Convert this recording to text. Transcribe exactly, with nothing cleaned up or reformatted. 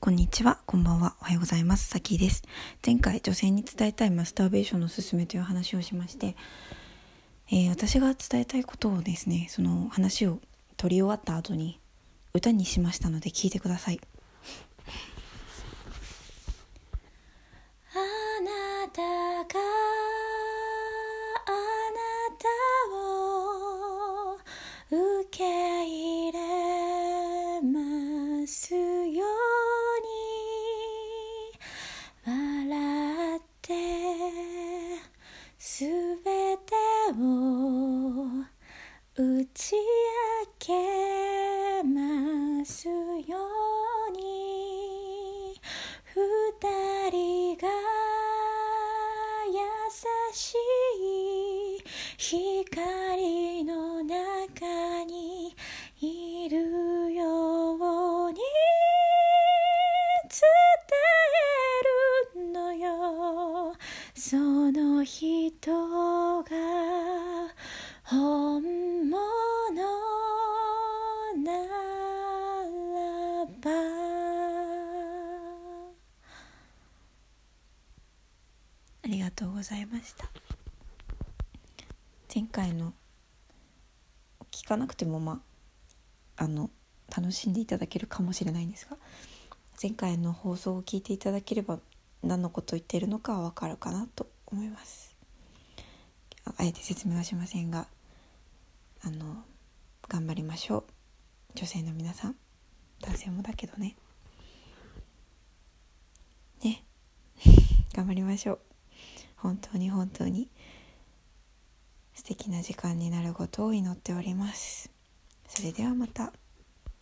こんにちは、こんばんは、おはようございます。さきです。前回、女性に伝えたいマスターベーションのすすめという話をしまして、えー、私が伝えたいことをですね、その話を取り終わった後に歌にしましたので聞いてください。 あなたがあなたを受け入れますように、笑ってすべてを打ち明けますように、二人が優しい光の中にいるように伝えるのよ。その人が本物ならば。 ありがとうございました。前回の聞かなくてもまああの楽しんでいただけるかもしれないんですが、前回の放送を聞いていただければ何のことを言っているのかはわかるかなと思います。あえて説明はしませんが、あの頑張りましょう。女性の皆さん、男性もだけどねね頑張りましょう。本当に本当に素敵な時間になることを祈っております。それではまた。